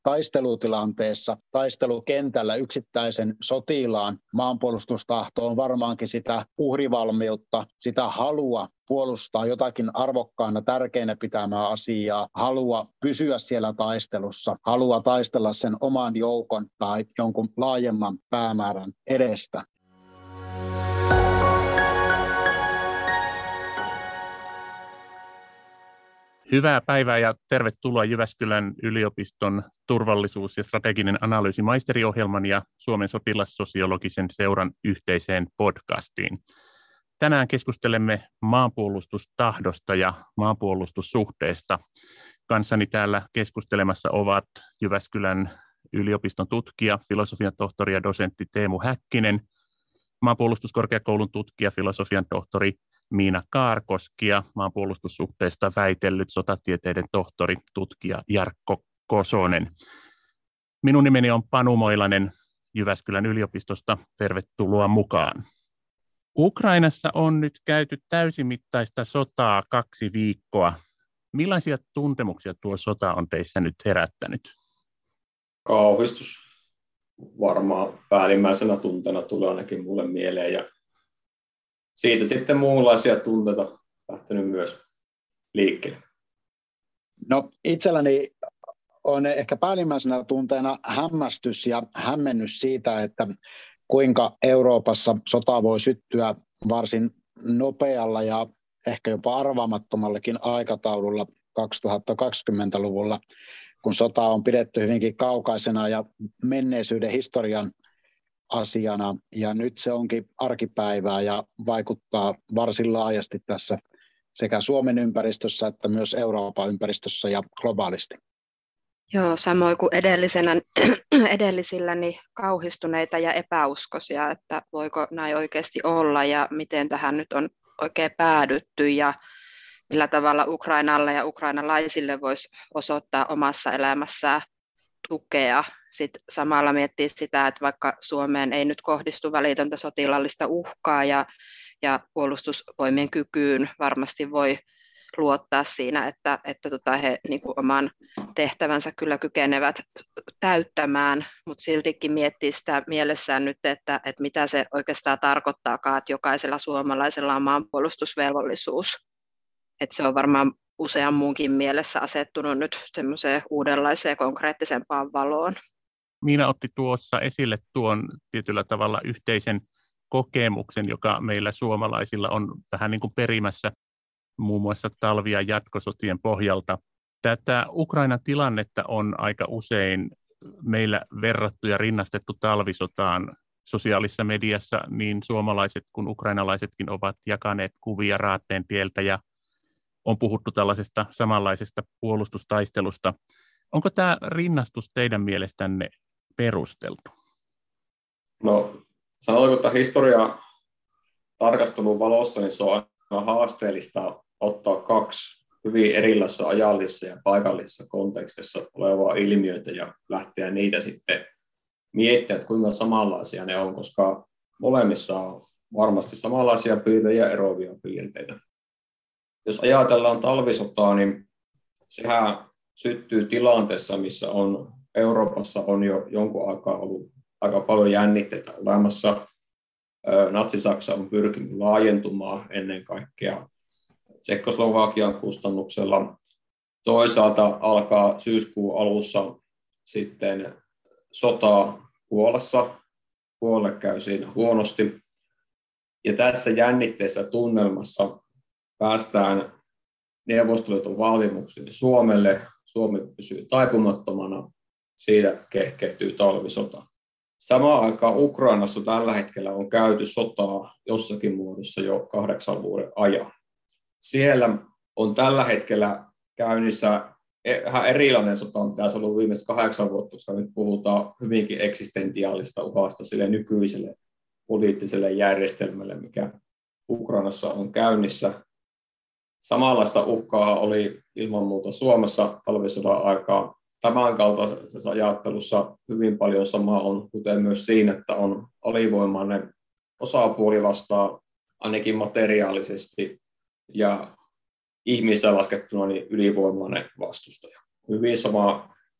taistelutilanteessa, taistelukentällä yksittäisen sotilaan maanpuolustustahto on varmaankin sitä uhrivalmiutta, sitä halua puolustaa jotakin arvokkaana, tärkeänä pitämää asiaa, halua pysyä siellä taistelussa, halua taistella sen oman joukon tai jonkun laajemman päämäärän edestä. Hyvää päivää ja tervetuloa Jyväskylän yliopiston turvallisuus- ja strateginen analyysi maisteriohjelman ja Suomen sotilassosiologisen seuran yhteiseen podcastiin. Tänään keskustelemme maanpuolustustahdosta ja maanpuolustussuhteesta. Kanssani täällä keskustelemassa ovat Jyväskylän yliopiston tutkija, filosofian tohtori ja dosentti Teemu Häkkinen, maanpuolustuskorkeakoulun tutkija, filosofian tohtori Miina Kaarkoski ja maanpuolustussuhteesta väitellyt sotatieteiden tohtori, tutkija Jarkko Kosonen. Minun nimeni on Panu Moilanen Jyväskylän yliopistosta. Tervetuloa mukaan. Ukrainassa on nyt käyty täysimittaista sotaa 2 viikkoa. Millaisia tuntemuksia tuo sota on teissä nyt herättänyt? Kauhistus varmaan päällimmäisenä tunteena tulee ainakin mulle mieleen, ja siitä sitten muunlaisia tunteita lähtenyt myös liikkeelle. No itselläni on ehkä päällimmäisenä tunteena hämmästys ja hämmennys siitä, että kuinka Euroopassa sota voi syttyä varsin nopealla ja ehkä jopa arvaamattomallakin aikataululla 2020-luvulla, kun sota on pidetty hyvinkin kaukaisena ja menneisyyden historian asiana, ja nyt se onkin arkipäivää ja vaikuttaa varsin laajasti tässä sekä Suomen ympäristössä että myös Euroopan ympäristössä ja globaalisti. Joo, samoin kuin edellisillä niin kauhistuneita ja epäuskoisia, että voiko näin oikeasti olla ja miten tähän nyt on oikein päädytty ja millä tavalla Ukrainalle ja ukrainalaisille voisi osoittaa omassa elämässään tukea. Sitten samalla miettii sitä, että vaikka Suomeen ei nyt kohdistu välitöntä sotilaallista uhkaa ja puolustusvoimien kykyyn varmasti voi luottaa siinä, että he niin kuin oman tehtävänsä kyllä kykenevät täyttämään, mutta siltikin miettii sitä mielessään nyt, että mitä se oikeastaan tarkoittaakaan, että jokaisella suomalaisella on maanpuolustusvelvollisuus. Että se on varmaan usean muunkin mielessä asettunut nyt semmoiseen uudenlaiseen konkreettisempaan valoon. Miina otti tuossa esille tuon tietyllä tavalla yhteisen kokemuksen, joka meillä suomalaisilla on vähän niin kuin perimässä muun muassa talvi- ja jatkosotien pohjalta. Tätä Ukrainan tilannetta on aika usein meillä verrattu ja rinnastettu talvisotaan. Sosiaalisessa mediassa niin suomalaiset kuin ukrainalaisetkin ovat jakaneet kuvia Raatteen tieltä ja on puhuttu tällaisesta samanlaisesta puolustustaistelusta. Onko tämä rinnastus teidän mielestänne perusteltu? No, sanotaanko, että historian tarkastelun valossa niin se on aina haasteellista ottaa 2 hyvin erilaisissa ajallisissa ja paikallisissa konteksteissa olevaa ilmiöitä ja lähteä niitä sitten miettimään, että kuinka samanlaisia ne on, koska molemmissa on varmasti samanlaisia piirteitä ja eroavia piirteitä. Jos ajatellaan talvisotaa, niin sehän syttyy tilanteessa, missä Euroopassa on jo jonkun aikaa ollut aika paljon jännitteitä olemassa. Natsi-Saksa on pyrkinyt laajentumaan ennen kaikkea Tsekkoslovakian kustannuksella. Toisaalta alkaa syyskuun alussa sitten sotaa Puolassa. Puolalle käy siinä huonosti. Ja tässä jännitteessä tunnelmassa päästään Neuvostoliiton vaatimuksiin Suomelle. Suomi pysyy taipumattomana. Siitä kehkeytyy talvisota. Samaan aikaan Ukrainassa tällä hetkellä on käyty sotaa jossakin muodossa jo 8 vuoden ajan. Siellä on tällä hetkellä käynnissä vähän erilainen sota, mitä se on ollut viimeiset 8 vuotta, koska nyt puhutaan hyvinkin eksistentiaalista uhasta sille nykyiselle poliittiselle järjestelmälle, mikä Ukrainassa on käynnissä. Samanlaista uhkaa oli ilman muuta Suomessa talvisodan aikaa. Tämän kaltaisessa ajattelussa hyvin paljon sama on, kuten myös siinä, että on alivoimainen osapuoli vastaa ainakin materiaalisesti ja ihmisissä laskettuna niin ylivoimainen vastustaja. Hyvin sama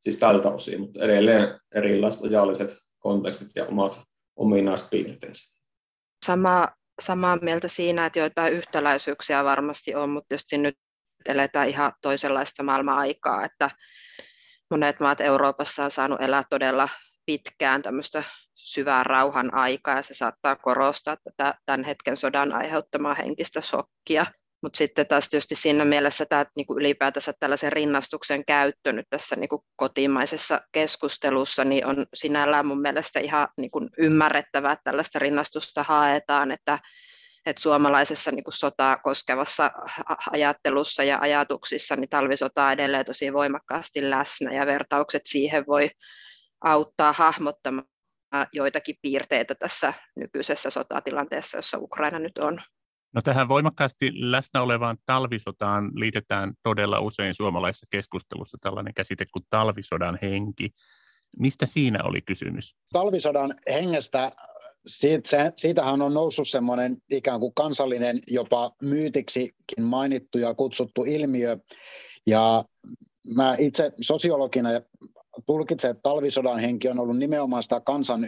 siis tältä osin, mutta edelleen erilaiset ajalliset kontekstit ja omat ominaispiirteensä. Samaa mieltä siinä, että joitain yhtäläisyyksiä varmasti on, mutta tietysti nyt eletään ihan toisenlaista maailman-aikaa, että monet maat Euroopassa on saanut elää todella pitkään tämmöistä syvää rauhan aikaa, ja se saattaa korostaa tätä tämän hetken sodan aiheuttamaa henkistä shokkia. Mutta sitten taas tietysti siinä mielessä tämä niinku ylipäätänsä tällaisen rinnastuksen käyttö nyt tässä niinku kotimaisessa keskustelussa niin on sinällään mun mielestä ihan niinku ymmärrettävää, että tällaista rinnastusta haetaan, että suomalaisessa niinku sotaa koskevassa ajattelussa ja ajatuksissa niin talvisota on edelleen tosi voimakkaasti läsnä, ja vertaukset siihen voi auttaa hahmottamaan joitakin piirteitä tässä nykyisessä sotatilanteessa, jossa Ukraina nyt on. No tähän voimakkaasti läsnä olevaan talvisotaan liitetään todella usein suomalaisessa keskustelussa tällainen käsite kuin talvisodan henki. Mistä siinä oli kysymys? Talvisodan hengestä, siitähän on noussut semmoinen ikään kuin kansallinen, jopa myytiksikin mainittu ja kutsuttu ilmiö. Ja mä itse sosiologina tulkitsen, että talvisodan henki on ollut nimenomaan sitä kansan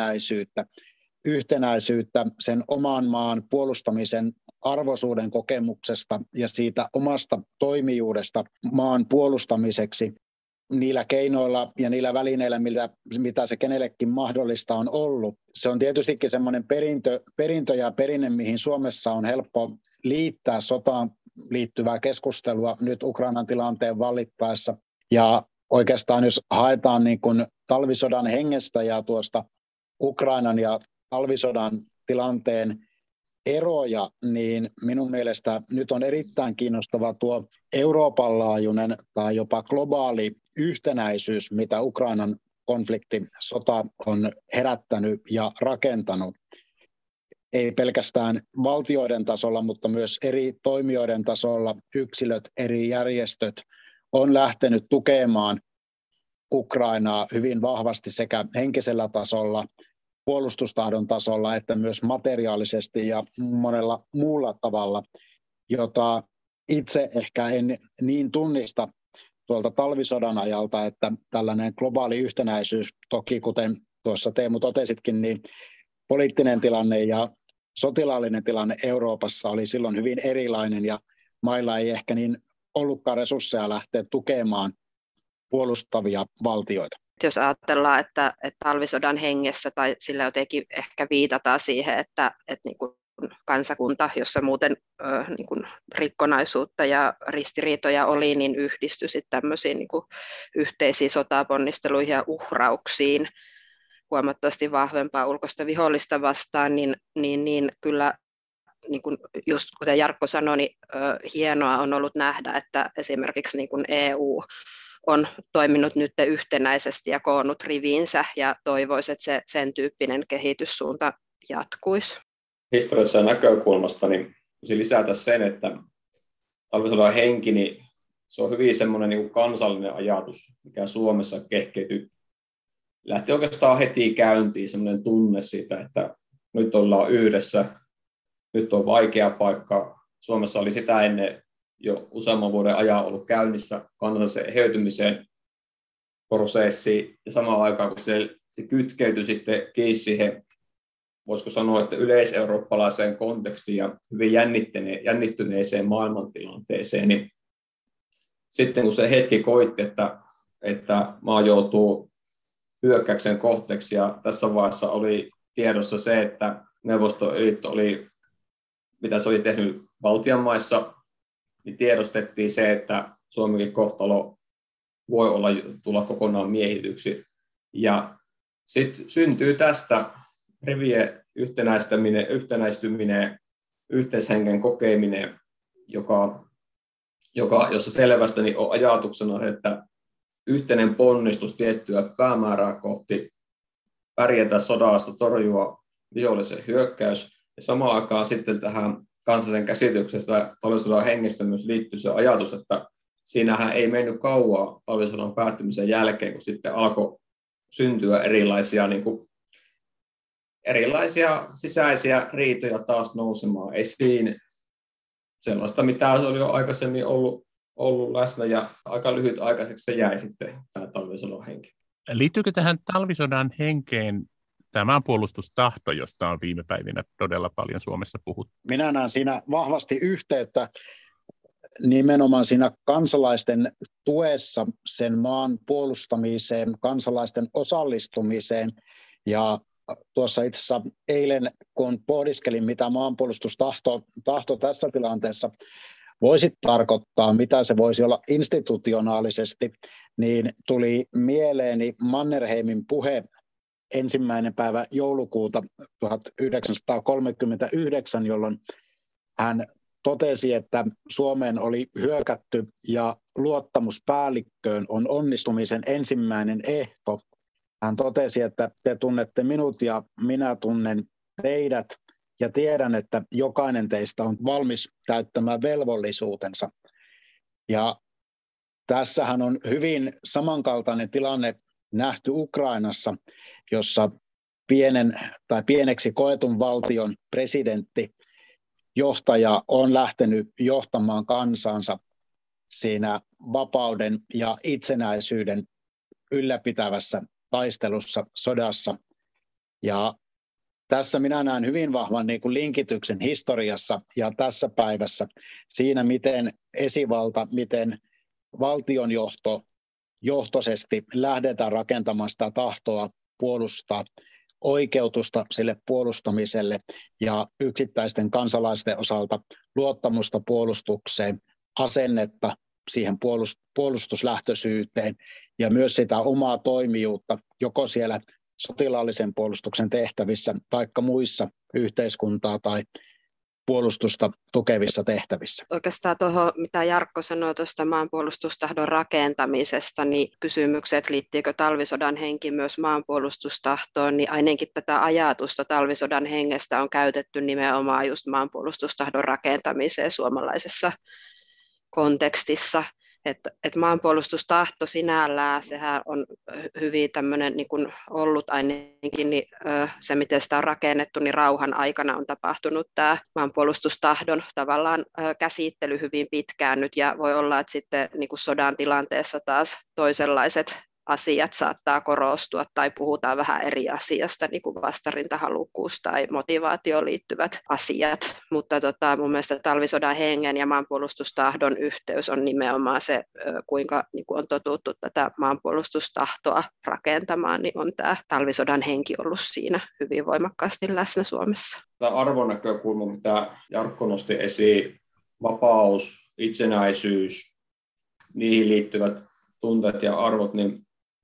yhtenäisyyttä sen oman maan puolustamisen arvoisuuden kokemuksesta ja siitä omasta toimijuudesta maan puolustamiseksi niillä keinoilla ja niillä välineillä, mitä se kenellekin mahdollista on ollut. Se on tietystikin semmoinen perintö ja perinne, mihin Suomessa on helppo liittää sotaan liittyvää keskustelua nyt Ukrainan tilanteen vallittaessa. Ja oikeastaan jos haetaan niin kuin talvisodan hengestä ja tuosta Ukrainan ja talvisodan tilanteen eroja, niin minun mielestä nyt on erittäin kiinnostava tuo Euroopan laajuinen tai jopa globaali yhtenäisyys, mitä Ukrainan konfliktisota on herättänyt ja rakentanut. Ei pelkästään valtioiden tasolla, mutta myös eri toimijoiden tasolla yksilöt, eri järjestöt on lähtenyt tukemaan Ukrainaa hyvin vahvasti sekä henkisellä tasolla, puolustustahdon tasolla, että myös materiaalisesti ja monella muulla tavalla, jota itse ehkä en niin tunnista tuolta talvisodan ajalta, että tällainen globaali yhtenäisyys, toki kuten tuossa Teemu totesitkin, niin poliittinen tilanne ja sotilaallinen tilanne Euroopassa oli silloin hyvin erilainen, ja mailla ei ehkä niin ollutkaan resursseja lähteä tukemaan puolustavia valtioita. Jos ajatellaan, että talvisodan hengessä tai sillä jotenkin ehkä viitataan siihen, että niin kuin kansakunta, jossa muuten niin kuin rikkonaisuutta ja ristiriitoja oli, niin yhdistyi sitten tämmöisiin niin kuin yhteisiin sotaponnisteluihin ja uhrauksiin huomattavasti vahvempaa ulkoista vihollista vastaan, niin kyllä niin kuin just kuten Jarkko sanoi, niin hienoa on ollut nähdä, että esimerkiksi niin kuin EU on toiminut nyt yhtenäisesti ja koonnut riviinsä, ja toivoisi, että sen tyyppinen kehityssuunta jatkuisi. Historiallisesta näkökulmasta niin lisätä sen, että talvisodan henki, niin se on hyvin semmoinen niin kansallinen ajatus, mikä Suomessa kehkeytyy. Lähti oikeastaan heti käyntiin semmoinen tunne siitä, että nyt ollaan yhdessä, nyt on vaikea paikka. Suomessa oli sitä ennen jo useamman vuoden ajan ollut käynnissä kansallisen eheytymisen prosessi, ja samaan aikaan, kun se kytkeytyi sitten siihen, voisiko sanoa, että yleiseurooppalaiseen kontekstiin ja hyvin jännittyneeseen maailmantilanteeseen, niin sitten kun se hetki koitti, että maa joutuu hyökkäyksen kohteeksi, ja tässä vaiheessa oli tiedossa se, että Neuvostoliitto oli, mitä se oli tehnyt Baltian maissa, niin tiedostettiin se, että Suomenkin kohtalo voi tulla kokonaan miehityksi. Ja sitten syntyy tästä rivien yhtenäistyminen, yhteishengen kokeminen, jossa selvästi niin on ajatuksena, että yhteinen ponnistus tiettyä päämäärää kohti, pärjätä sodasta, torjua vihollisen hyökkäys, ja samaan aikaan sitten tähän kansallisen käsityksestä talvisodan hengestä myös liittyy se ajatus, että siinähän ei mennyt kauaa talvisodan päättymisen jälkeen, kun sitten alkoi syntyä erilaisia sisäisiä riitoja taas nousemaan esiin. Sellaista, mitä oli jo aikaisemmin ollut ollut läsnä ja aika lyhytaikaiseksi se jäi sitten tämä talvisodan henki. Liittyykö tähän talvisodan henkeen tämä maanpuolustustahto, josta on viime päivinä todella paljon Suomessa puhuttu? Minä näen siinä vahvasti yhteyttä nimenomaan siinä kansalaisten tuessa sen maan puolustamiseen, kansalaisten osallistumiseen. Ja tuossa itse asiassa eilen, kun pohdiskelin, mitä maanpuolustustahto tässä tilanteessa voisi tarkoittaa, mitä se voisi olla institutionaalisesti, niin tuli mieleeni Mannerheimin puhe 1. päivä joulukuuta 1939, jolloin hän totesi, että Suomeen oli hyökätty ja luottamuspäällikköön on onnistumisen ensimmäinen ehto. Hän totesi, että te tunnette minut ja minä tunnen teidät ja tiedän, että jokainen teistä on valmis täyttämään velvollisuutensa. Ja tässähän on hyvin samankaltainen tilanne nähty Ukrainassa, jossa pieneksi koetun valtion presidentti, johtaja on lähtenyt johtamaan kansansa siinä vapauden ja itsenäisyyden ylläpitävässä taistelussa, sodassa. Ja tässä minä näen hyvin vahvan linkityksen historiassa ja tässä päivässä siinä, miten esivalta, miten valtionjohtoisesti lähdetään rakentamaan sitä tahtoa puolustaa, oikeutusta sille puolustamiselle ja yksittäisten kansalaisten osalta luottamusta puolustukseen, asennetta siihen puolustuslähtöisyyteen ja myös sitä omaa toimijuutta joko siellä sotilaallisen puolustuksen tehtävissä tai muissa yhteiskuntaa tai puolustusta tukevissa tehtävissä. Oikeastaan tuohon, mitä Jarkko sanoi tuosta maanpuolustustahdon rakentamisesta, niin kysymykset, liittyykö talvisodan henki myös maanpuolustustahtoon, niin ainakin tätä ajatusta talvisodan hengestä on käytetty nimenomaan just maanpuolustustahdon rakentamiseen suomalaisessa kontekstissa. Että maanpuolustustahto sinällään, sehän on hyvin tämmöinen niin kuin ollut ainakin, niin se miten sitä on rakennettu, niin rauhan aikana on tapahtunut tämä maanpuolustustahdon tavallaan käsittely hyvin pitkään nyt, ja voi olla, että sitten niin kuin sodan tilanteessa taas toisenlaiset asiat saattaa korostua tai puhutaan vähän eri asiasta, niin kuin vastarintahalukkuus tai motivaatioon liittyvät asiat. Mutta mun mielestä talvisodan hengen ja maanpuolustustahdon yhteys on nimenomaan se, kuinka niin kuin on totuttu tätä maanpuolustustahtoa rakentamaan, niin on tämä talvisodan henki ollut siinä hyvin voimakkaasti läsnä Suomessa. Tämä arvonäkökulma, mitä Jarkko nosti esiin, vapaus, itsenäisyys, niihin liittyvät tunteet ja arvot, niin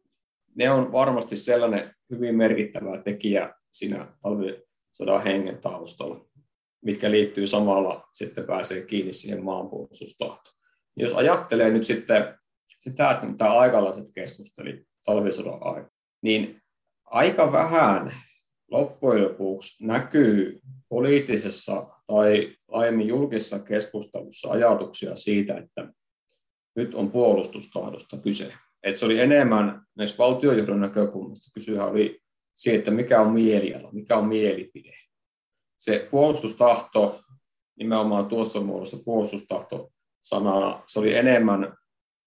ne on varmasti sellainen hyvin merkittävä tekijä siinä talvisodan hengen taustalla, mitkä liittyy samalla sitten pääsee kiinni siihen maanpuolustustahtoon. Jos ajattelee nyt sitten sitä, että mitä aikalaiset keskusteli talvisodan aikana, niin aika vähän loppujen lopuksi näkyy poliittisessa tai aiemmin julkisessa keskustelussa ajatuksia siitä, että nyt on puolustustahdosta kyse. Että se oli enemmän näistä valtionjohdon näkökulmasta kysyhän oli siitä, että mikä on mieliala, mikä on mielipide. Se puolustustahto, nimenomaan tuossa muodossa puolustustahto-sanana, se oli enemmän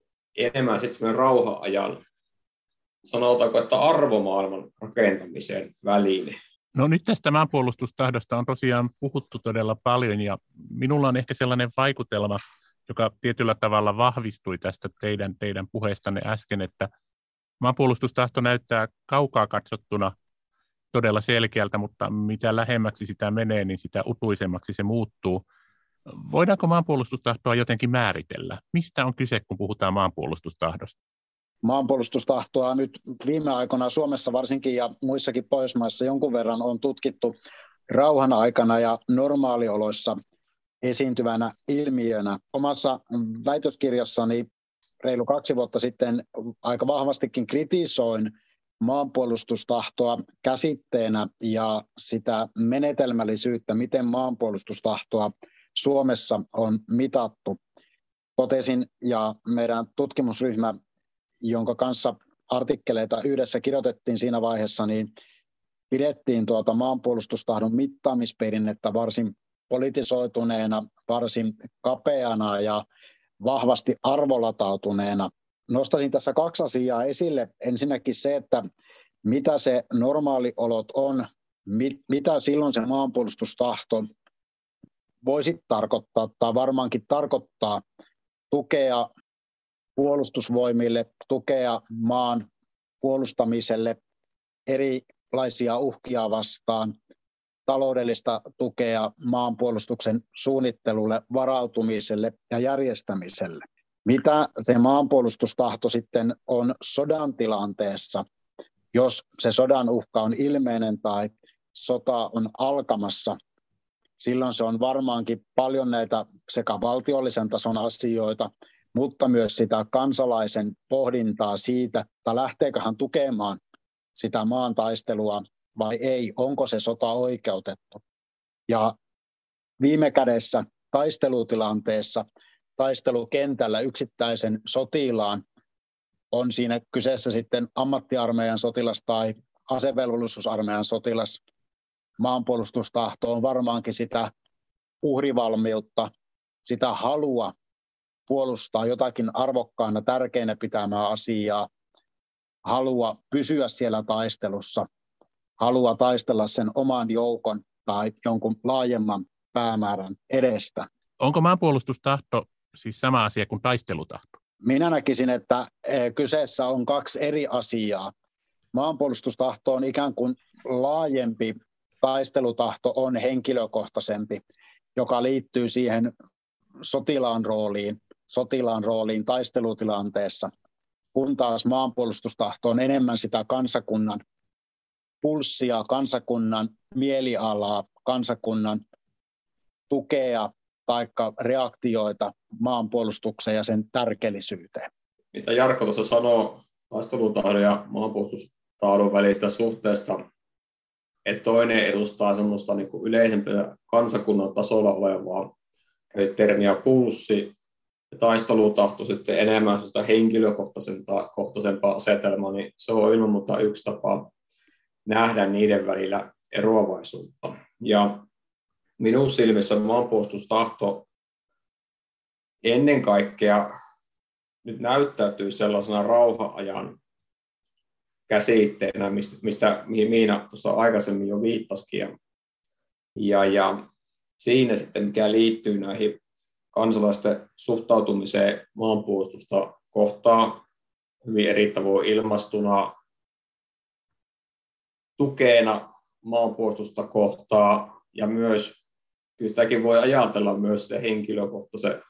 sitten rauha-ajan, sanotaanko, että arvomaailman rakentamisen väline. No nyt tästä maanpuolustustahdosta on tosiaan puhuttu todella paljon, ja minulla on ehkä sellainen vaikutelma, joka tietyllä tavalla vahvistui tästä teidän puheestanne äsken, että maanpuolustustahto näyttää kaukaa katsottuna todella selkeältä, mutta mitä lähemmäksi sitä menee, niin sitä utuisemmaksi se muuttuu. Voidaanko maanpuolustustahtoa jotenkin määritellä? Mistä on kyse, kun puhutaan maanpuolustustahdosta? Maanpuolustustahtoa nyt viime aikoina Suomessa varsinkin ja muissakin Pohjoismaissa jonkun verran on tutkittu rauhan aikana ja normaalioloissa esiintyvänä ilmiönä. Omassa väitöskirjassani reilu 2 vuotta sitten aika vahvastikin kritisoin maanpuolustustahtoa käsitteenä ja sitä menetelmällisyyttä, miten maanpuolustustahtoa Suomessa on mitattu. Totesin, ja meidän tutkimusryhmä, jonka kanssa artikkeleita yhdessä kirjoitettiin siinä vaiheessa, niin pidettiin maanpuolustustahdon mittaamisperinnettä varsin politisoituneena, varsin kapeana ja vahvasti arvolatautuneena. Nostaisin tässä 2 asiaa esille. Ensinnäkin se, että mitä se normaaliolot on, mitä silloin se maanpuolustustahto voisi tarkoittaa tai varmaankin tarkoittaa tukea puolustusvoimille, tukea maan puolustamiselle, erilaisia uhkia vastaan, taloudellista tukea maanpuolustuksen suunnittelulle, varautumiselle ja järjestämiselle. Mitä se maanpuolustustahto sitten on sodan tilanteessa, jos se sodan uhka on ilmeinen tai sota on alkamassa? Silloin se on varmaankin paljon näitä sekä valtiollisen tason asioita, mutta myös sitä kansalaisen pohdintaa siitä, että lähteekö hän tukemaan sitä maan taistelua vai ei, onko se sota oikeutettu. Ja viime kädessä taistelutilanteessa, taistelukentällä yksittäisen sotilaan, on siinä kyseessä sitten ammattiarmeijan sotilas tai asevelvollisuusarmeijan sotilas, maanpuolustustahto on varmaankin sitä uhrivalmiutta, sitä halua puolustaa jotakin arvokkaana, tärkeänä pitämää asiaa, halua pysyä siellä taistelussa, halua taistella sen oman joukon tai jonkun laajemman päämäärän edestä. Onko maanpuolustustahto siis sama asia kuin taistelutahto? Minä näkisin, että kyseessä on 2 eri asiaa. Maanpuolustustahto on ikään kuin laajempi, taistelutahto on henkilökohtaisempi, joka liittyy siihen sotilaan rooliin taistelutilanteessa, kun taas maanpuolustustahto on enemmän sitä kansakunnan pulssia, kansakunnan mielialaa, kansakunnan tukea tai reaktioita maanpuolustukseen ja sen tärkeellisyyteen. Mitä Jarkko tuossa sanoo taistelutahdon ja maanpuolustustahdon välistä suhteesta, että toinen edustaa semmoista niin kuin yleisempää kansakunnan tasolla olevaa termiä pulssi, ja taistelutahto sitten enemmän sitä henkilökohtaisempaa asetelmaa, niin se on ilman muuta yksi tapa nähdä niiden välillä eroavaisuutta. Ja minun silmissä maanpuolustustahto ennen kaikkea nyt näyttäytyy sellaisena rauha-ajan käsitteenä, mihin Miina tuossa aikaisemmin jo viittasikin. Ja siinä sitten, mikä liittyy näihin kansalaisten suhtautumiseen maanpuolustusta kohtaan, hyvin eri tavoin ilmastuna, tukena maanpuolustusta kohtaan, ja myös, kyllä sitäkin voi ajatella myös sitä henkilökohtaisen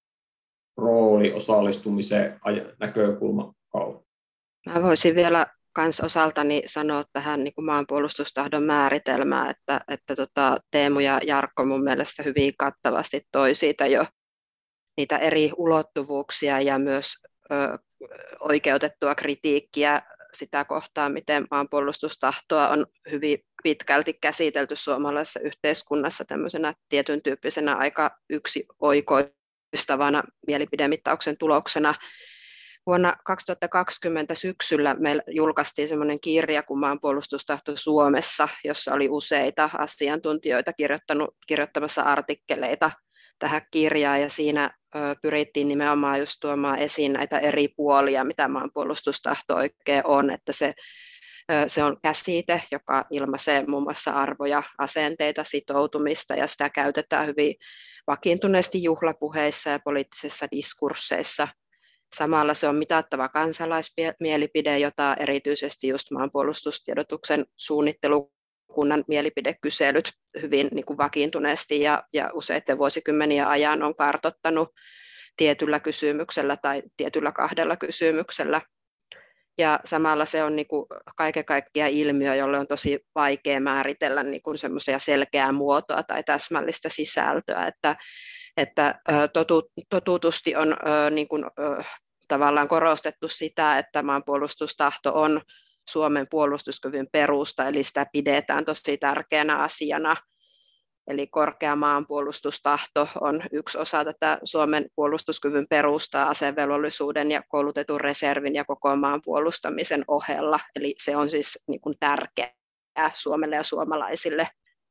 rooli osallistumisen näkökulman kautta. Mä voisin vielä kans osaltani sanoa tähän niin kuin maanpuolustustahdon määritelmää, että Teemu ja Jarkko mun mielestä hyvin kattavasti toi siitä jo niitä eri ulottuvuuksia ja myös oikeutettua kritiikkiä sitä kohtaa, miten maanpuolustustahtoa on hyvin pitkälti käsitelty suomalaisessa yhteiskunnassa tämmöisenä tietyn tyyppisenä aika yksioikoistavana mielipidemittauksen tuloksena. Vuonna 2020 syksyllä meillä julkaistiin semmoinen kirja kuin Maanpuolustustahto Suomessa, jossa oli useita asiantuntijoita kirjoittamassa artikkeleita tähän kirjaan, ja siinä pyrittiin nimenomaan just tuomaan esiin näitä eri puolia, mitä maanpuolustustahto oikein on, että se on käsite, joka ilmaisee muun muassa arvoja, asenteita, sitoutumista, ja sitä käytetään hyvin vakiintuneesti juhlapuheissa ja poliittisissa diskursseissa. Samalla se on mitattava kansalaismielipide, jota erityisesti just maanpuolustustiedotuksen suunnittelukunnan mielipidekyselyt hyvin niin kuin vakiintuneesti ja useiden vuosikymmenien ajan on kartoittanut tietyllä kysymyksellä tai tietyllä 2 kysymyksellä. Ja samalla se on niin kuin kaiken kaikkiaan ilmiö, jolle on tosi vaikea määritellä niin kuin semmoisia selkeää muotoa tai täsmällistä sisältöä, että totutusti on niin kuin, tavallaan korostettu sitä, että maanpuolustustahto on Suomen puolustuskyvyn perusta, eli sitä pidetään tosi tärkeänä asiana. Eli korkea maanpuolustustahto on yksi osa tätä Suomen puolustuskyvyn perustaa asevelvollisuuden ja koulutetun reservin ja koko maan puolustamisen ohella. Eli se on siis niin kuin tärkeää Suomelle ja suomalaisille.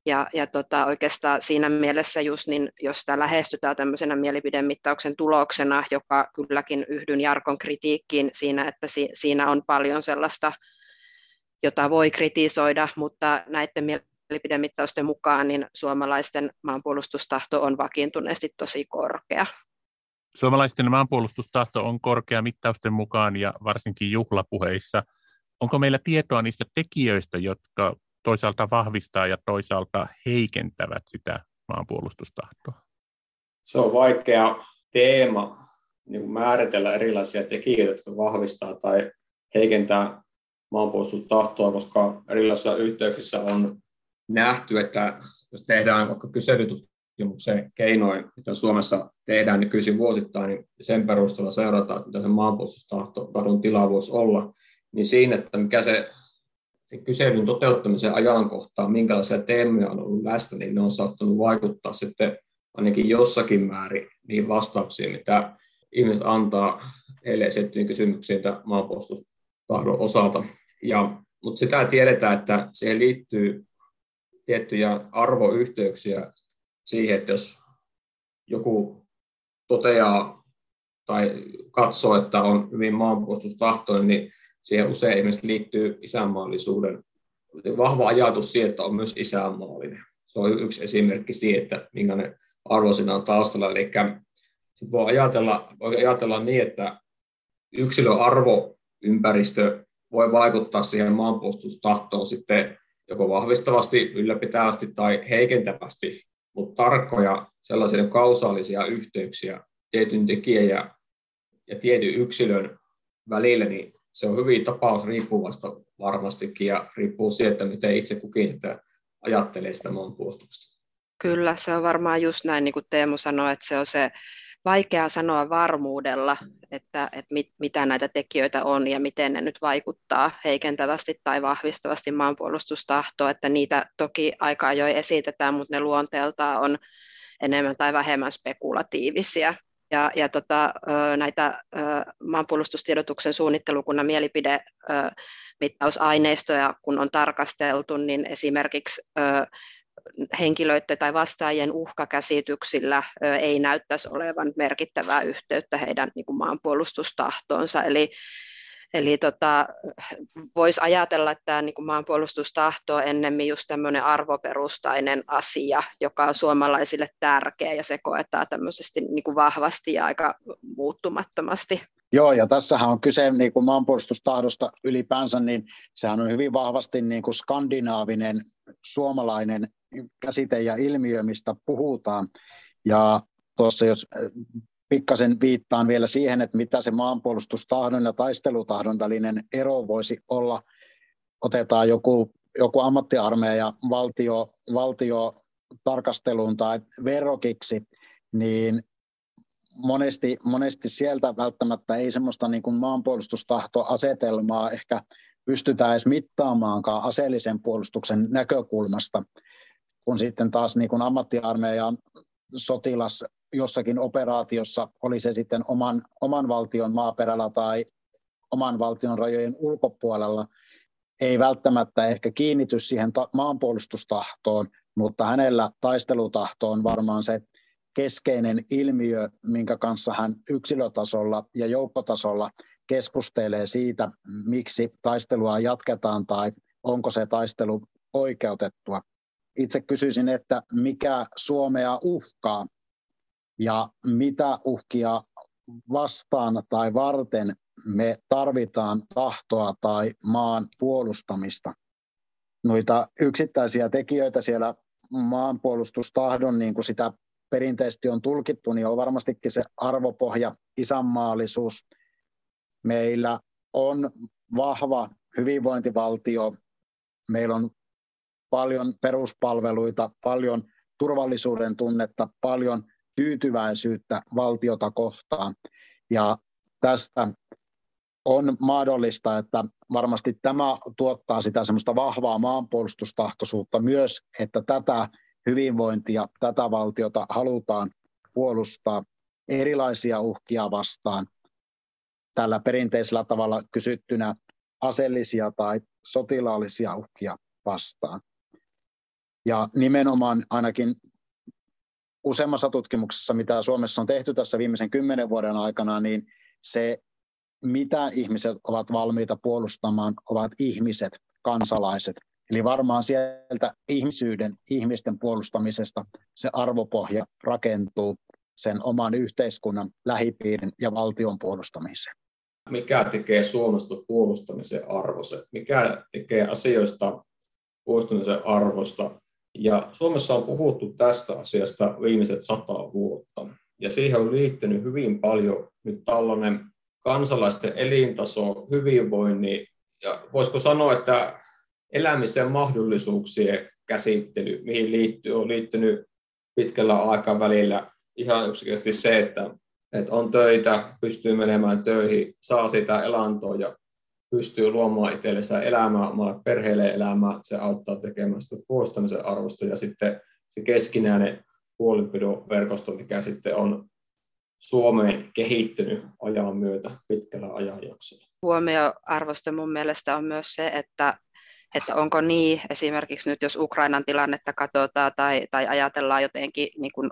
Oikeastaan siinä mielessä just, niin jos sitä lähestytään tämmöisenä mielipidemittauksen tuloksena, joka kylläkin yhdyn Jarkon kritiikkiin siinä, että siinä on paljon sellaista, jota voi kritisoida, mutta näiden mielipidemittausten mukaan niin suomalaisten maanpuolustustahto on vakiintuneesti tosi korkea. Suomalaisten maanpuolustustahto on korkea mittausten mukaan ja varsinkin juhlapuheissa. Onko meillä tietoa niistä tekijöistä, jotka toisaalta vahvistaa ja toisaalta heikentävät sitä maanpuolustustahtoa? Se on vaikea teema niin kuin määritellä erilaisia tekijöitä, jotka vahvistaa tai heikentää maanpuolustustahtoa, koska erilaisissa yhteyksissä on nähty, että jos tehdään vaikka kyselytutkimuksen keinoin, mitä Suomessa tehdään nykyisin vuosittain, niin sen perusteella seurataan, mitä se maanpuolustustahdon tila voisi olla, niin siinä, että mikä se kyselyn toteuttamisen ajankohtaa, minkälaisia teemoja on ollut läsnä, niin ne on saattanut vaikuttaa sitten ainakin jossakin määrin niihin vastauksiin, mitä ihmiset antaa heille esitettyyn kysymyksiin maanpuolustustahdon osalta. Mutta sitä tiedetään, että siihen liittyy tiettyjä arvoyhteyksiä siihen, että jos joku toteaa tai katsoo, että on hyvin maanpuolustustahtoinen, niin siihen usein ihmiset liittyy isänmaallisuuden vahva ajatus siihen, että on myös isänmaallinen. Se on yksi esimerkki siitä, että minkälainen arvo siinä on taustalla. Eli voi ajatella niin, että yksilön arvoympäristö voi vaikuttaa siihen maanpuolustustahtoon sitten joko vahvistavasti, ylläpitävästi tai heikentävästi, mutta tarkkoja sellaisia kausaalisia yhteyksiä tietyn tekijän ja tietyn yksilön välillä, niin se on hyvin tapausriippuvasta varmastikin ja riippuu siitä, että miten itse kukin sitä ajattelee sitä maanpuolustusta. Kyllä, se on varmaan just näin, niin kuin Teemu sanoi, että se on se vaikea sanoa varmuudella, että mitä näitä tekijöitä on ja miten ne nyt vaikuttaa heikentävästi tai vahvistavasti maanpuolustustahtoon, että niitä toki aika ajoin esitetään, mutta ne luonteeltaan on enemmän tai vähemmän spekulatiivisia. Näitä maanpuolustustiedotuksen suunnittelukunnan mielipidemittausaineistoja, kun on tarkasteltu, niin esimerkiksi henkilöiden tai vastaajien uhkakäsityksillä ei näyttäisi olevan merkittävää yhteyttä heidän niin kuin maanpuolustustahtoonsa. Eli voisi ajatella, että tämä niin kuin maanpuolustustahto on ennemmin just tämmöinen arvoperustainen asia, joka on suomalaisille tärkeä ja se koetaan tämmöisesti niin kuin vahvasti ja aika muuttumattomasti. Joo, ja tässähän on kyse niin kuin maanpuolustustahdosta ylipäänsä, niin sehän on hyvin vahvasti niin kuin skandinaavinen, suomalainen käsite ja ilmiö, mistä puhutaan. Ja tuossa jos pikkasen viittaan vielä siihen, että mitä se maanpuolustustahdon ja taistelutahdon välinen ero voisi olla. Otetaan joku ammattiarmeija valtio tarkasteluun tai verrokiksi, niin monesti sieltä välttämättä ei semmoista niin kuin maanpuolustustahtoasetelmaa ehkä pystytään edes mittaamaankaan aseellisen puolustuksen näkökulmasta, kun sitten taas niin kuin ammattiarmeijan sotilas jossakin operaatiossa, oli se sitten oman valtion maaperällä tai oman valtion rajojen ulkopuolella, ei välttämättä ehkä kiinnity siihen maanpuolustustahtoon, mutta hänellä taistelutahto on varmaan se keskeinen ilmiö, minkä kanssa hän yksilötasolla ja joukkotasolla keskustelee siitä, miksi taistelua jatketaan tai onko se taistelu oikeutettua. Itse kysyisin, että mikä Suomea uhkaa ja mitä uhkia vastaan tai varten me tarvitaan tahtoa tai maan puolustamista. Noita yksittäisiä tekijöitä siellä maanpuolustustahdon, niin kuin sitä perinteisesti on tulkittu, niin on varmastikin se arvopohja, isänmaallisuus. Meillä on vahva hyvinvointivaltio, meillä on paljon peruspalveluita, paljon turvallisuuden tunnetta, paljon tyytyväisyyttä valtiota kohtaan. Ja tästä on mahdollista, että varmasti tämä tuottaa sitä semmoista vahvaa maanpuolustustahtoisuutta myös, että tätä hyvinvointia, tätä valtiota halutaan puolustaa erilaisia uhkia vastaan. Tällä perinteisellä tavalla kysyttynä aseellisia tai sotilaallisia uhkia vastaan. Ja nimenomaan ainakin useammassa tutkimuksessa, mitä Suomessa on tehty tässä viimeisen 10 vuoden aikana, niin se, mitä ihmiset ovat valmiita puolustamaan, ovat ihmiset, kansalaiset. Eli varmaan sieltä ihmisten puolustamisesta se arvopohja rakentuu sen oman yhteiskunnan, lähipiirin ja valtion puolustamiseen. Mikä tekee Suomesta puolustamisen arvoisen? Mikä tekee asioista puolustamisen arvosta? Ja Suomessa on puhuttu tästä asiasta viimeiset 100 vuotta. Ja siihen on liittynyt hyvin paljon nyt tällainen kansalaisten elintaso, hyvinvoinnin ja voisiko sanoa, että elämisen mahdollisuuksien käsittely, mihin on liittynyt pitkällä aikavälillä ihan yksinkertaisesti se, että on töitä, pystyy menemään töihin, saa sitä elantoa ja pystyy luomaan itsellensä elämää, omalle perheelle elämää, se auttaa tekemään sitä puolustamisen arvosta ja sitten se keskinäinen huolenpidon verkosto, mikä sitten on Suomeen kehittynyt ajan myötä pitkällä ajanjaksolla. Huomioarvosta mun mielestä on myös se, että onko niin, esimerkiksi nyt jos Ukrainan tilannetta katsotaan tai ajatellaan jotenkin niin kuin,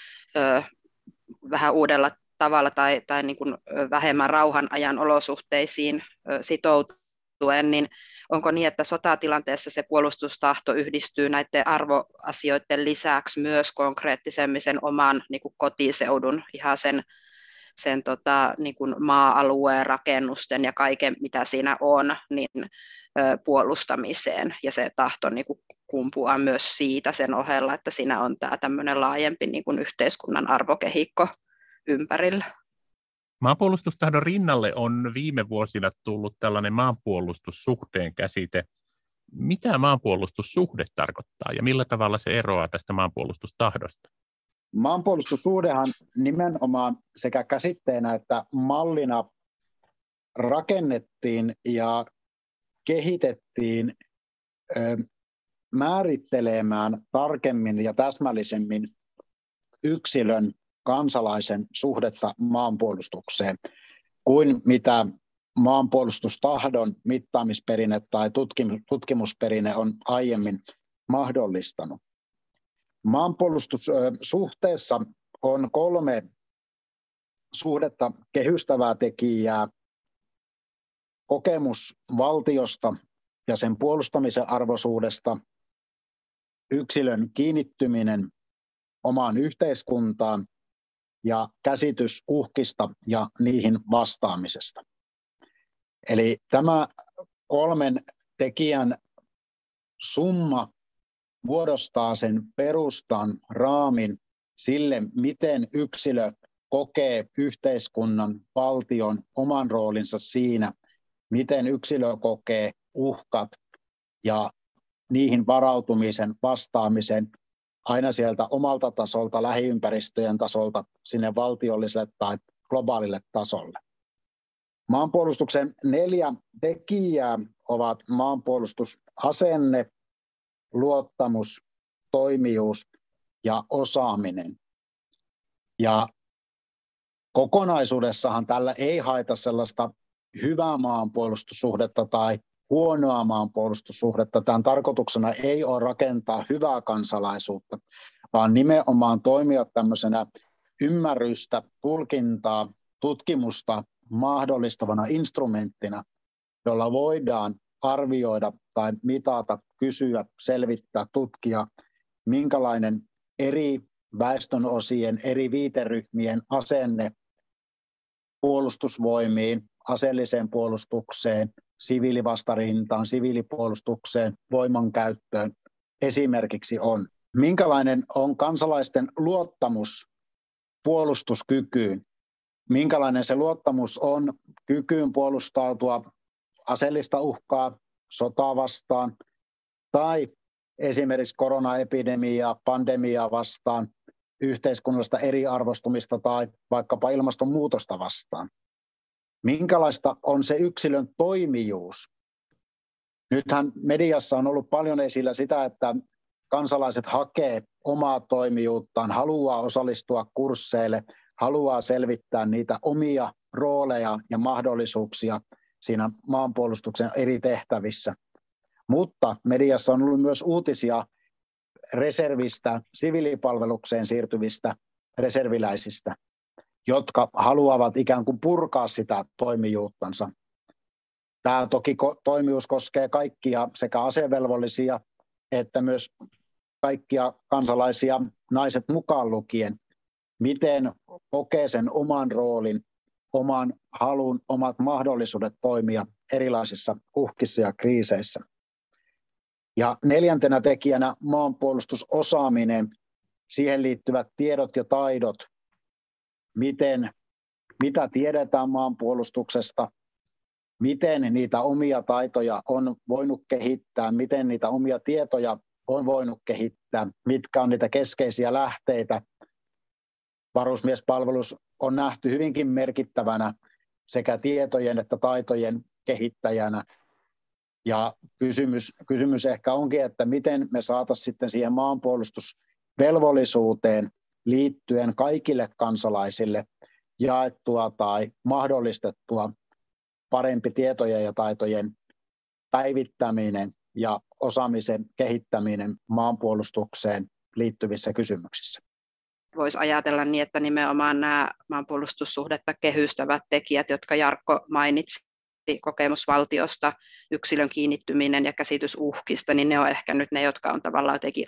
vähän uudella tavalla tai niin kuin vähemmän rauhan ajan olosuhteisiin sitoutuen, niin onko niin, että sotatilanteessa se puolustustahto yhdistyy näiden arvoasioiden lisäksi myös konkreettisemmin sen oman niin kuin kotiseudun, ihan sen niin kuin maa-alueen, rakennusten ja kaiken, mitä siinä on, niin puolustamiseen. Ja se tahto niin kuin kumpuaa myös siitä sen ohella, että siinä on tämä tämmöinen laajempi niin kuin yhteiskunnan arvokehikko ympärillä. Maanpuolustustahdon rinnalle on viime vuosina tullut tällainen maanpuolustussuhteen käsite. Mitä maanpuolustussuhde tarkoittaa ja millä tavalla se eroaa tästä maanpuolustustahdosta? Maanpuolustussuhdehan nimenomaan sekä käsitteenä että mallina rakennettiin ja kehitettiin määrittelemään tarkemmin ja täsmällisemmin yksilön kansalaisen suhdetta maanpuolustukseen kuin mitä maanpuolustustahdon mittaamisperinne tai tutkimusperinne on aiemmin mahdollistanut. Maanpuolustussuhteessa on 3 suhdetta kehystävää tekijää: kokemus valtiosta ja sen puolustamisen arvoisuudesta, yksilön kiinnittyminen omaan yhteiskuntaan ja käsitys uhkista ja niihin vastaamisesta. Eli tämä 3 tekijän summa muodostaa sen perustan, raamin sille, miten yksilö kokee yhteiskunnan, valtion, oman roolinsa siinä, miten yksilö kokee uhkat ja niihin varautumisen, vastaamisen aina sieltä omalta tasolta, lähiympäristöjen tasolta sinne valtiolliselle tai globaalille tasolle. Maanpuolustuksen 4 tekijää ovat maanpuolustusasenne, luottamus, toimijuus ja osaaminen. Ja kokonaisuudessahan tällä ei haeta sellaista hyvää maanpuolustussuhdetta tai huonoa maanpuolustussuhdetta. Tämän tarkoituksena ei ole rakentaa hyvää kansalaisuutta, vaan nimenomaan toimia tämmöisenä ymmärrystä, tulkintaa, tutkimusta mahdollistavana instrumenttina, jolla voidaan arvioida tai mitata, kysyä, selvittää, tutkia, minkälainen eri väestönosien, eri viiteryhmien asenne puolustusvoimiin, aseelliseen puolustukseen, siviilivastarintaan, siviilipuolustukseen, voimankäyttöön esimerkiksi on. Minkälainen on kansalaisten luottamus puolustuskykyyn? Minkälainen se luottamus on kykyyn puolustautua aseellista uhkaa, sotaa vastaan tai esimerkiksi koronaepidemiaa, pandemiaa vastaan, yhteiskunnallista eriarvostumista tai vaikkapa ilmastonmuutosta vastaan? Minkälaista on se yksilön toimijuus? Nythän mediassa on ollut paljon esillä sitä, että kansalaiset hakee omaa toimijuuttaan, haluaa osallistua kursseille, haluaa selvittää niitä omia rooleja ja mahdollisuuksia siinä maanpuolustuksen eri tehtävissä. Mutta mediassa on ollut myös uutisia reservistä siviilipalvelukseen siirtyvistä reserviläisistä, jotka haluavat ikään kuin purkaa sitä toimijuuttansa. Tämä toki toimijuus koskee kaikkia sekä asevelvollisia että myös kaikkia kansalaisia, naiset mukaan lukien, miten kokee sen oman roolin, oman halun, omat mahdollisuudet toimia erilaisissa uhkissa ja kriiseissä. Ja 4. tekijänä maanpuolustusosaaminen, siihen liittyvät tiedot ja taidot, mitä tiedetään maanpuolustuksesta, miten niitä omia taitoja on voinut kehittää, miten niitä omia tietoja on voinut kehittää, mitkä on niitä keskeisiä lähteitä. Varusmiespalvelus on nähty hyvinkin merkittävänä sekä tietojen että taitojen kehittäjänä. Ja kysymys ehkä onkin, että miten me saataisiin sitten siihen maanpuolustusvelvollisuuteen liittyen kaikille kansalaisille jaettua tai mahdollistettua parempi tietojen ja taitojen päivittäminen ja osaamisen kehittäminen maanpuolustukseen liittyvissä kysymyksissä. Voisi ajatella niin, että nimenomaan nämä maanpuolustussuhdetta kehystävät tekijät, jotka Jarkko mainitsi, kokemusvaltiosta, yksilön kiinnittyminen ja käsitys uhkista, niin ne on ehkä nyt ne, jotka on tavallaan jotenkin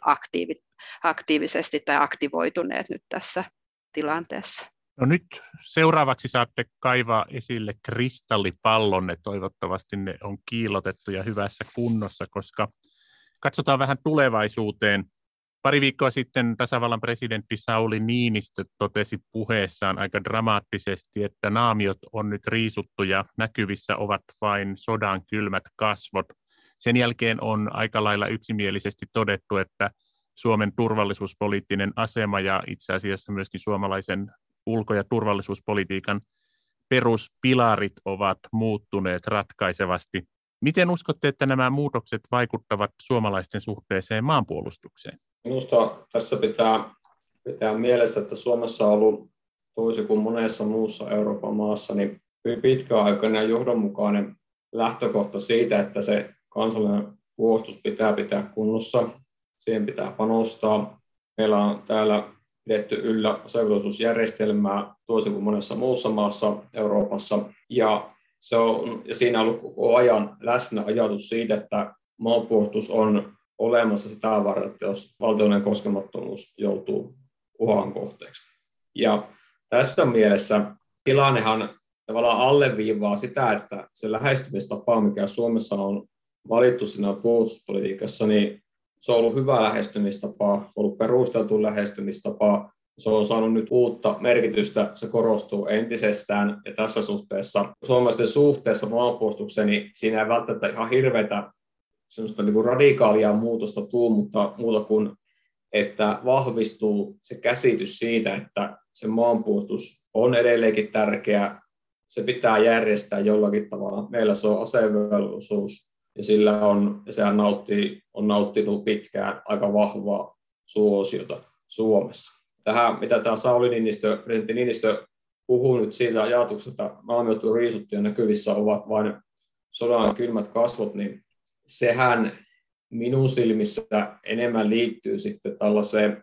aktiivisesti tai aktivoituneet nyt tässä tilanteessa. No nyt seuraavaksi saatte kaivaa esille kristallipallonne. Toivottavasti ne on kiillotettu ja hyvässä kunnossa, koska katsotaan vähän tulevaisuuteen. Pari viikkoa sitten tasavallan presidentti Sauli Niinistö totesi puheessaan aika dramaattisesti, että naamiot on nyt riisuttu ja näkyvissä ovat vain sodan kylmät kasvot. Sen jälkeen on aika lailla yksimielisesti todettu, että Suomen turvallisuuspoliittinen asema ja itse asiassa myöskin suomalaisen ulko- ja turvallisuuspolitiikan peruspilarit ovat muuttuneet ratkaisevasti. Miten uskotte, että nämä muutokset vaikuttavat suomalaisten suhteeseen maanpuolustukseen? Minusta tässä pitää mielessä, että Suomessa on ollut toisin kuin monessa muussa Euroopan maassa niin hyvin pitkäaikainen ja johdonmukainen lähtökohta siitä, että se kansallinen puolustus pitää kunnossa, siihen pitää panostaa. Meillä on täällä pidetty yllä asevelvollisuusjärjestelmää toisin kuin monessa muussa maassa Euroopassa, ja siinä on ollut koko ajan läsnä ajatus siitä, että maanpuolustus on olemassa sitä varten, että jos valtiollinen koskemattomuus joutuu uhan kohteeksi. Ja tässä mielessä tilannehan tavallaan alleviivaa sitä, että se lähestymistapa, mikä Suomessa on valittu siinä puolustuspolitiikassa, niin se on ollut hyvä lähestymistapa, se on ollut perusteltu lähestymistapa, se on saanut nyt uutta merkitystä, se korostuu entisestään, ja tässä suhteessa suomalaisten suhteessa maanpuolustukseen, niin siinä ei välttämättä ihan hirveätä semmoista niin kuin radikaalia muutosta tule, mutta muuta kuin, että vahvistuu se käsitys siitä, että se maanpuolustus on edelleenkin tärkeä, se pitää järjestää jollakin tavalla. Meillä se on asevelvollisuus, ja sehän on nauttinut pitkään aika vahvaa suosiota Suomessa. Tähän, mitä tämä presidentti Niinistö puhuu nyt siitä ajatuksesta, että naamiot on riisuttu ja näkyvissä ovat vain sodan kylmät kasvot, niin sehän minun silmissä enemmän liittyy sitten tällaiseen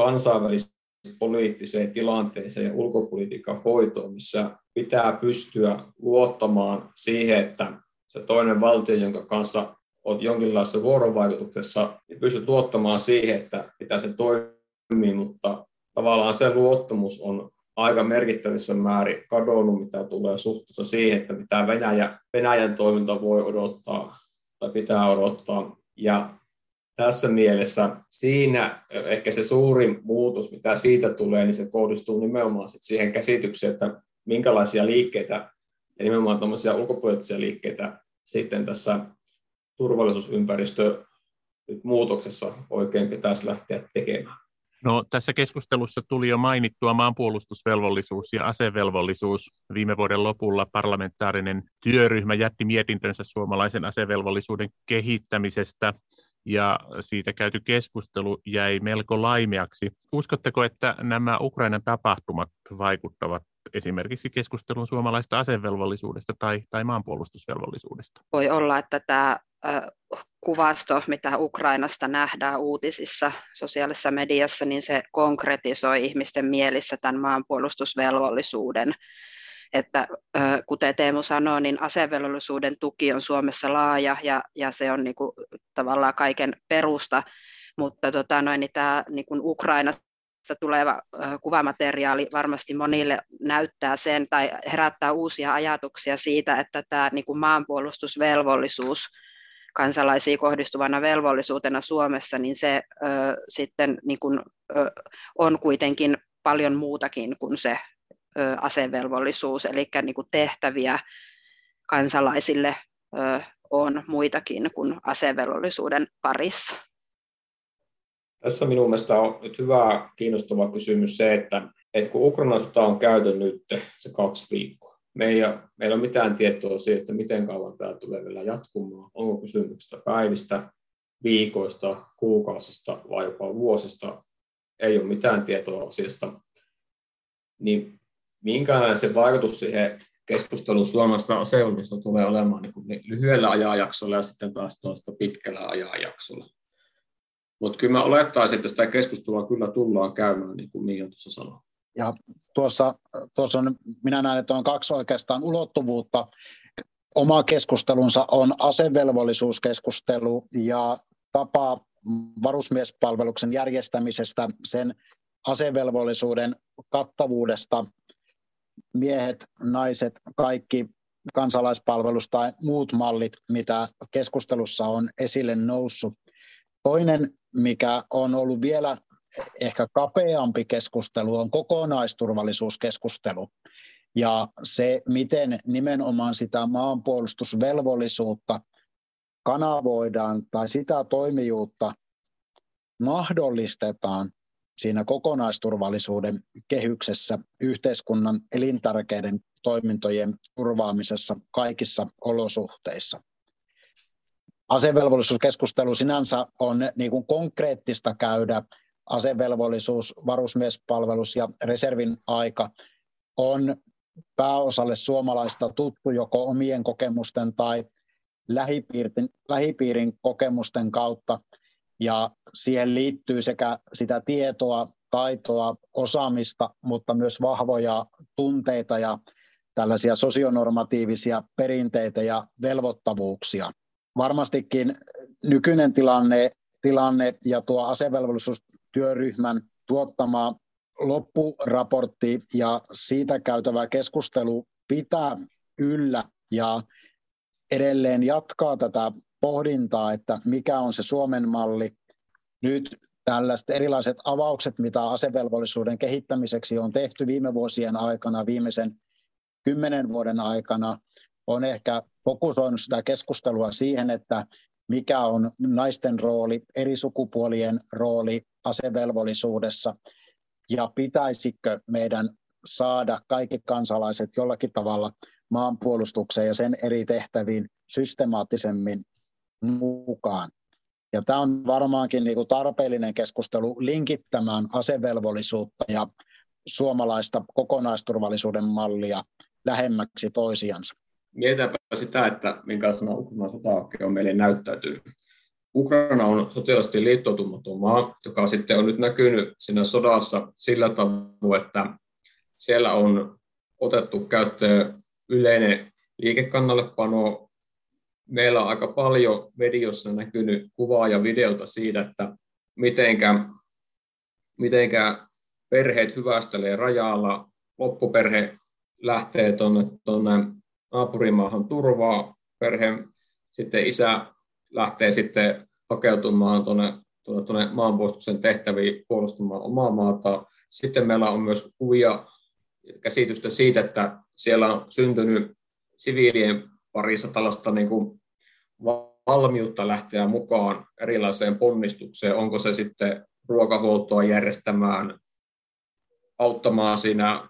kansainvälispoliittiseen tilanteeseen ja ulkopolitiikan hoitoon, missä pitää pystyä luottamaan siihen, että se toinen valtio, jonka kanssa olet jonkinlaisessa vuorovaikutuksessa, niin pystyt luottamaan siihen, että mitä se toimii, mutta tavallaan se luottamus on aika merkittävissä määrin kadonnut, mitä tulee suhteessa siihen, että mitä Venäjän toiminta voi odottaa tai pitää odottaa. Ja tässä mielessä siinä ehkä se suurin muutos, mitä siitä tulee, niin se kohdistuu nimenomaan siihen käsitykseen, että minkälaisia liikkeitä ja nimenomaan tämmöisiä ulkopoliittisia liikkeitä sitten tässä turvallisuusympäristön muutoksessa oikein pitäisi lähteä tekemään. No, tässä keskustelussa tuli jo mainittua maanpuolustusvelvollisuus ja asevelvollisuus. Viime vuoden lopulla parlamentaarinen työryhmä jätti mietintönsä suomalaisen asevelvollisuuden kehittämisestä, ja siitä käyty keskustelu jäi melko laimeaksi. Uskotteko, että nämä Ukrainan tapahtumat vaikuttavat esimerkiksi keskustelun suomalaista asevelvollisuudesta tai maanpuolustusvelvollisuudesta? Voi olla, että tämä kuvasto, mitä Ukrainasta nähdään uutisissa, sosiaalisessa mediassa, niin se konkretisoi ihmisten mielissä tämän maanpuolustusvelvollisuuden. Että kuten Teemu sanoi, niin asevelvollisuuden tuki on Suomessa laaja ja se on niin kuin tavallaan kaiken perusta, mutta niin tämä niin kuin Ukrainasta tuleva kuvamateriaali varmasti monille näyttää sen tai herättää uusia ajatuksia siitä, että tämä niin kuin maanpuolustusvelvollisuus kansalaisiin kohdistuvana velvollisuutena Suomessa, niin se sitten niin kuin, on kuitenkin paljon muutakin kuin se asevelvollisuus, eli niin kuin tehtäviä kansalaisille on muitakin kuin asevelvollisuuden parissa. Tässä minun mielestä on nyt hyvä kiinnostava kysymys se, että kun Ukrainan sota on käyty nyt se 2 viikkoa, meillä ei ole mitään tietoa siitä, että miten kauan tämä tulee vielä jatkumaan. Onko kysymyksestä päivistä, viikoista, kuukausista vai jopa vuosista? Ei ole mitään tietoa asiasta. Niin minkälainen se vaikutus siihen keskusteluun suomalaisesta asevelvollisuudesta tulee olemaan niin lyhyellä ajanjaksolla ja sitten taas tuosta pitkällä ajanjaksolla? Mutta kyllä mä olettaisin, että sitä keskustelua kyllä tullaan käymään, niin kuin Mia tuossa sanoi. Ja tuossa on, minä näen, että on 2 oikeastaan ulottuvuutta. Oma keskustelunsa on asevelvollisuuskeskustelu ja tapa varusmiespalveluksen järjestämisestä, sen asevelvollisuuden kattavuudesta, miehet, naiset, kaikki kansalaispalvelus tai muut mallit, mitä keskustelussa on esille noussut. Toinen, mikä on ollut vielä ehkä kapeampi keskustelu, on kokonaisturvallisuuskeskustelu. Ja se, miten nimenomaan sitä maanpuolustusvelvollisuutta kanavoidaan tai sitä toimijuutta mahdollistetaan siinä kokonaisturvallisuuden kehyksessä yhteiskunnan elintärkeiden toimintojen turvaamisessa kaikissa olosuhteissa. Asevelvollisuuskeskustelu sinänsä on niin kuin konkreettista käydä. Asevelvollisuus, varusmiespalvelus ja reservin aika on pääosalle suomalaista tuttu joko omien kokemusten tai lähipiirin kokemusten kautta. Ja siihen liittyy sekä sitä tietoa, taitoa, osaamista, mutta myös vahvoja tunteita ja tällaisia sosionormatiivisia perinteitä ja velvoittavuuksia. Varmastikin nykyinen tilanne ja tuo asevelvollisuustyöryhmän tuottama loppuraportti ja siitä käytävä keskustelu pitää yllä ja edelleen jatkaa tätä pohdintaa, että mikä on se Suomen malli. Nyt tällaiset erilaiset avaukset, mitä asevelvollisuuden kehittämiseksi on tehty viime vuosien aikana, viimeisen 10 vuoden aikana, on ehkä fokusoinut sitä keskustelua siihen, että mikä on naisten rooli, eri sukupuolien rooli asevelvollisuudessa ja pitäisikö meidän saada kaikki kansalaiset jollakin tavalla maanpuolustukseen ja sen eri tehtäviin systemaattisemmin mukaan. Ja tämä on varmaankin tarpeellinen keskustelu linkittämään asevelvollisuutta ja suomalaista kokonaisturvallisuuden mallia lähemmäksi toisiansa. Mietitäänpä sitä, että minkälaisena Ukrainan sota on meille näyttäytynyt. Ukraina on sotilaisesti liittoutumaton maa, joka sitten on nyt näkynyt siinä sodassa sillä tavoin, että siellä on otettu käyttöön yleinen liikekannallepano. Meillä on aika paljon videossa näkynyt kuvaa ja videota siitä, että mitenkä perheet hyvästelee rajalla. Loppuperhe lähtee tuonne naapurimaahan turvaa. Perheen sitten isä lähtee sitten hakeutumaan tuonne maanpuolustuksen tehtäviin puolustamaan omaa maata. Sitten meillä on myös kuvia käsitystä siitä, että siellä on syntynyt siviilien parissa tällaista niin kuin valmiutta lähteä mukaan erilaiseen ponnistukseen. Onko se sitten ruokahuoltoa järjestämään, auttamaan siinä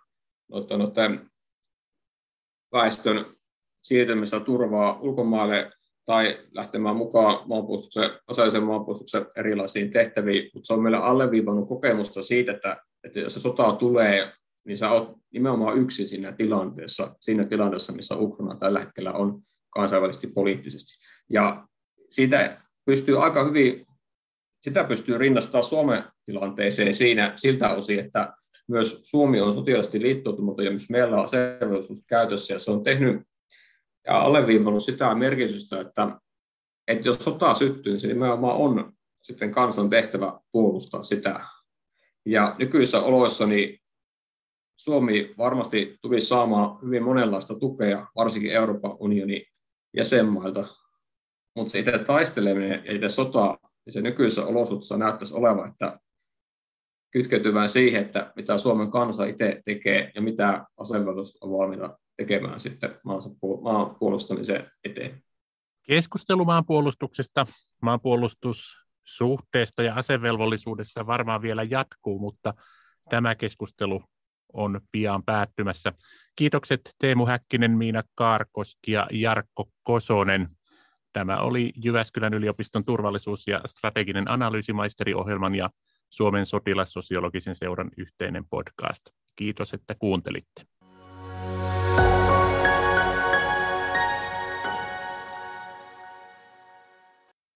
väestön siirtymistä turvaa ulkomaille tai lähtemään mukaan aseellisen maanpuolustuksen erilaisiin tehtäviin. Mutta se on meillä alleviivannut kokemusta siitä, että jos se sota tulee niin sä oot nimenomaan yksin siinä tilanteessa, missä Ukraina tällä hetkellä on kansainvälisesti poliittisesti. Ja siitä pystyy aika hyvin, sitä pystyy rinnastamaan Suomen tilanteeseen siltä osin, että myös Suomi on sotilaisesti liittoutunut ja myös meillä on asevelvollisuus käytössä ja se on tehnyt ja alleviivannut sitä merkitystä, että jos sota syttyy, niin se nimenomaan on sitten kansan tehtävä puolustaa sitä. Ja nykyisissä oloissa niin Suomi varmasti tulisi saamaan hyvin monenlaista tukea, varsinkin Euroopan unionin jäsenmailta, mutta se itse taisteleminen ja itse sota, niin se nykyisissä olosuhteissa näyttäisi olevan, että kytkeytyvän siihen, että mitä Suomen kansa itse tekee ja mitä asevelvollisuus on valmiita tekemään sitten maan puolustamisen eteen. Keskustelu maanpuolustuksesta, maanpuolustussuhteesta ja asevelvollisuudesta varmaan vielä jatkuu, mutta tämä keskustelu on pian päättymässä. Kiitokset Teemu Häkkinen, Miina Kaarkoski ja Jarkko Kosonen. Tämä oli Jyväskylän yliopiston turvallisuus- ja strateginen analyysimaisteriohjelman ja Suomen sotilassosiologisen seuran yhteinen podcast. Kiitos, että kuuntelitte.